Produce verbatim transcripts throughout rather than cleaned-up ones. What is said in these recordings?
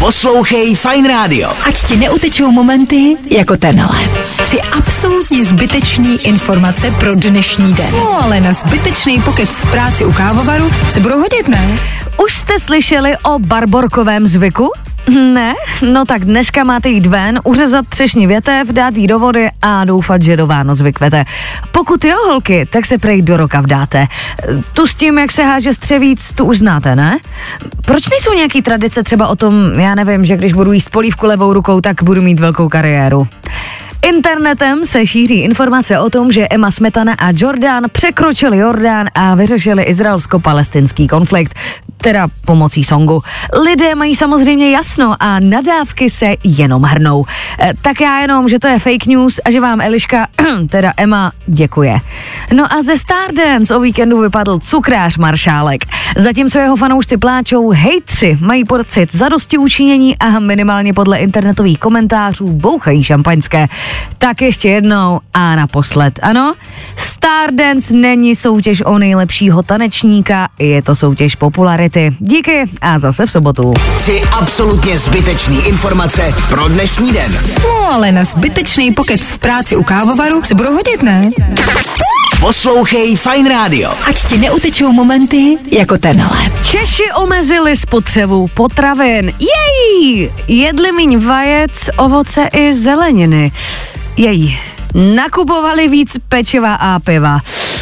Poslouchej Fajn rádio. Ať ti neutečou momenty jako tenhle. Tři absolutně zbytečný informace pro dnešní den. No ale na zbytečný pokec v práci u kávovaru se budou hodit, ne? Už jste slyšeli o barborkovém zvyku? Ne? No tak dneska máte jít ven, uřezat třešní větev, dát jí do vody a doufat, že do Vánoc vykvete. Pokud jo, holky, tak se prej do roka vdáte. Tu s tím, jak se háže střevíc, tu už znáte, ne? Proč nejsou nějaký tradice třeba o tom, já nevím, že když budu jíst polívku levou rukou, tak budu mít velkou kariéru? Internetem se šíří informace o tom, že Emma Smetana a Jordan překročili Jordán a vyřešili izraelsko-palestinský konflikt, teda pomocí songu. Lidé mají samozřejmě jasno a nadávky se jenom hrnou. E, tak já jenom, že to je fake news a že vám Eliška, teda Emma, děkuje. No a ze Stardance o víkendu vypadl cukrář Maršálek. Zatímco jeho fanoušci pláčou, hejtři mají pocit zadosti učinění a minimálně podle internetových komentářů bouchají šampaňské. Tak ještě jednou a naposled. Ano, Stardance není soutěž o nejlepšího tanečníka, je to soutěž popularity. Díky a zase v sobotu. Tři absolutně zbytečný informace pro dnešní den. No ale na zbytečný pokec v práci u kávovaru se budou hodit, ne? Poslouchej Fajn rádio. Ať ti neutečou momenty jako tenhle. Češi omezili spotřebu potravin. Jej! Jedli míň vajec, ovoce i zeleniny. Jej. Nakupovali víc pečiva a piva.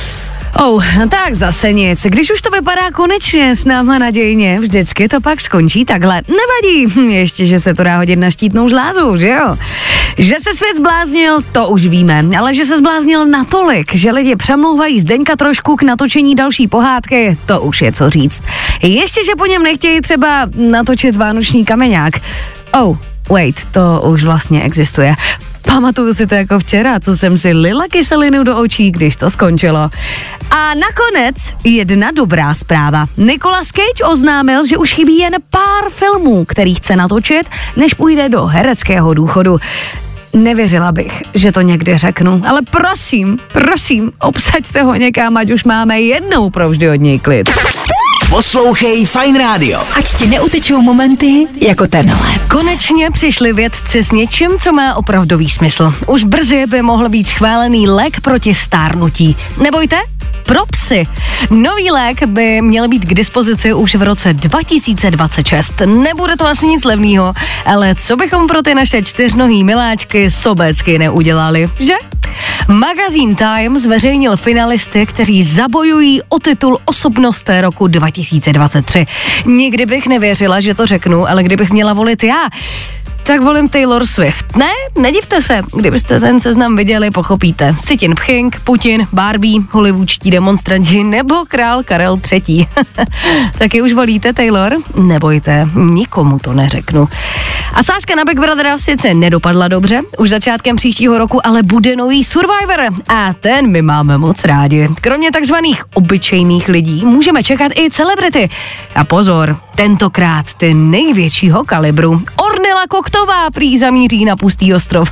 Oh, tak zase nic. Když už to vypadá konečně s náma nadějně, vždycky to pak skončí takhle. Nevadí, ještě, že se to dá hodit na štítnou žlázu, že jo? Že se svět zbláznil, to už víme, ale že se zbláznil natolik, že lidi přemlouvají Zdeňka Trošku k natočení další pohádky, to už je co říct. Ještě, že po něm nechtějí třeba natočit vánoční kameňák. Oh, wait, to už vlastně existuje. Pamatuju si to jako včera, co jsem si lila kyselinu do očí, když to skončilo. A nakonec jedna dobrá zpráva. Nicolas Cage oznámil, že už chybí jen pár filmů, který chce natočit, než půjde do hereckého důchodu. Nevěřila bych, že to někdy řeknu, ale prosím, prosím, obsaďte ho někam, ať už máme jednou provždy od něj klid. Poslouchej Fajn rádio. Ať ti neutečou momenty jako tenhle. Konečně přišli vědci s něčím, co má opravdový smysl. Už brzy by mohl být schválený lék proti stárnutí. Nebojte, pro psy. Nový lék by měl být k dispozici už v roce dva tisíce dvacet šest. Nebude to asi nic levného, ale co bychom pro ty naše čtyřnohý miláčky sobecky neudělali, že? Magazín Time zveřejnil finalisty, kteří zabojují o titul osobnost roku dva tisíce dvacet tři. Nikdy bych nevěřila, že to řeknu, ale kdybych měla volit já, tak volím Taylor Swift. Ne, nedivte se, kdybyste ten seznam viděli, pochopíte. Si Tin Pching, Putin, Barbie, hollywoodští demonstranti nebo král Karel třetí. Taky už volíte Taylor? Nebojte, nikomu to neřeknu. A sázka na Big Brothera sice nedopadla dobře, už začátkem příštího roku ale bude nový Survivor a ten my máme moc rádi. Kromě takzvaných obyčejných lidí můžeme čekat i celebrity. A pozor, tentokrát ty největšího kalibru. Ornella Koktová prý zamíří na pustý ostrov.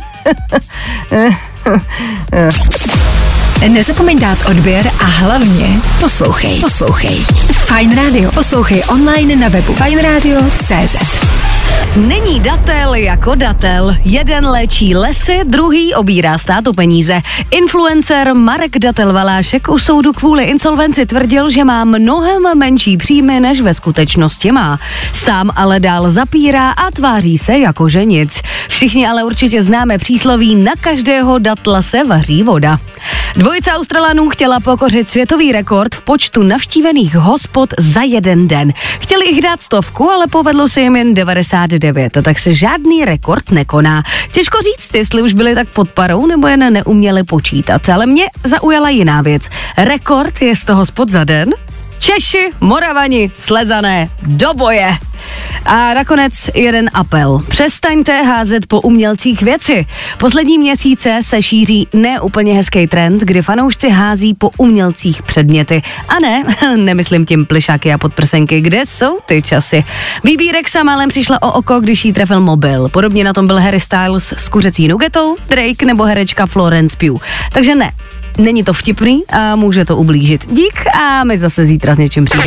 Nezapomeň dát odběr a hlavně poslouchej. Poslouchej. Fajn rádio. Poslouchej online na webu fajn radio tečka cé zet. Není datel jako datel. Jeden léčí lesy, druhý obírá státu peníze. Influencer Marek Datel Valášek u soudu kvůli insolvenci tvrdil, že má mnohem menší příjmy, než ve skutečnosti má. Sám ale dál zapírá a tváří se jako že nic. Všichni ale určitě známe přísloví, na každého datla se vaří voda. Dvojice Australanů chtěla pokořit světový rekord v počtu navštívených hospod za jeden den. Chtěli jich dát stovku, ale povedlo se jim jen devadesát devět, tak se žádný rekord nekoná. Těžko říct, jestli už byli tak pod parou, nebo jen neuměli počítat, ale mě zaujala jiná věc. Rekord je z toho hospod za den? Češi, Moravani, Slezané, do boje! A nakonec jeden apel. Přestaňte házet po umělcích věci. Poslední měsíce se šíří neúplně hezký trend, kdy fanoušci hází po umělcích předměty. A ne, nemyslím tím plišáky a podprsenky, kde jsou ty časy. Bíbí Rexa málem přišla o oko, když jí trefil mobil. Podobně na tom byl Harry Styles s kuřecí nugetou, Drake nebo herečka Florence Pugh. Takže ne, není to vtipný a může to ublížit. Dík a my zase zítra s něčím přijdeme.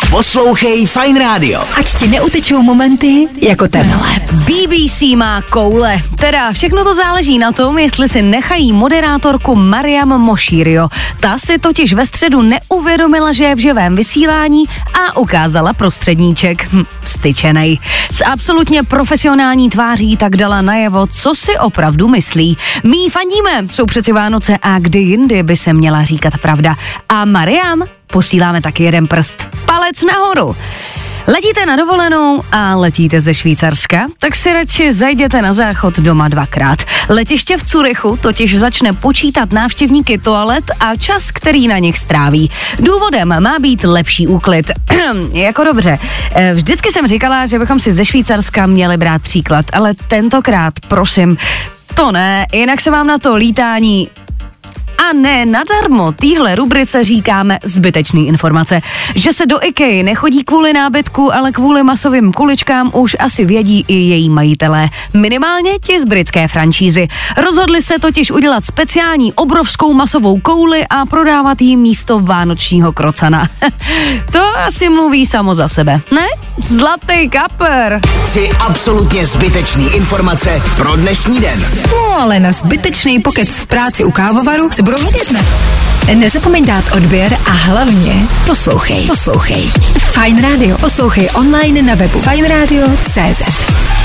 Poslouchej Fajn rádio. Ať ti neutečou momenty jako tenhle. B B C má koule. Teda všechno to záleží na tom, jestli si nechají moderátorku Mariam Mošírio. Ta si totiž ve středu neuvědomila, že je v živém vysílání a ukázala prostředníček. Hm, styčenej. S absolutně profesionální tváří tak dala najevo, co si opravdu myslí. My jí fandíme, jsou přeci Vánoce a kdy jindy by se měla říkat pravda. A Mariam posíláme taky jeden prst. Palec nahoru. Letíte na dovolenou a letíte ze Švýcarska, tak si radši zajděte na záchod doma dvakrát. Letiště v Curychu totiž začne počítat návštěvníky toalet a čas, který na nich stráví. Důvodem má být lepší úklid. Jako dobře. Vždycky jsem říkala, že bychom si ze Švýcarska měli brát příklad, ale tentokrát, prosím, to ne, jinak se vám na to lítání... A ne nadarmo týhle rubrice říkáme zbytečný informace. Že se do IKEA nechodí kvůli nábytku, ale kvůli masovým kuličkám už asi vědí i její majitelé. Minimálně ti z britské franšízy. Rozhodli se totiž udělat speciální obrovskou masovou kouli a prodávat jí místo vánočního krocana. To asi mluví samo za sebe, ne? Zlatý kapr. Tři absolutně zbytečný informace pro dnešní den. No ale na zbytečný pokec v práci u kávovaru se budou hodit, ne? Nezapomeň dát odběr a hlavně poslouchej. Poslouchej. Fajn rádio. Poslouchej online na webu fajn rádio tečka cé zet.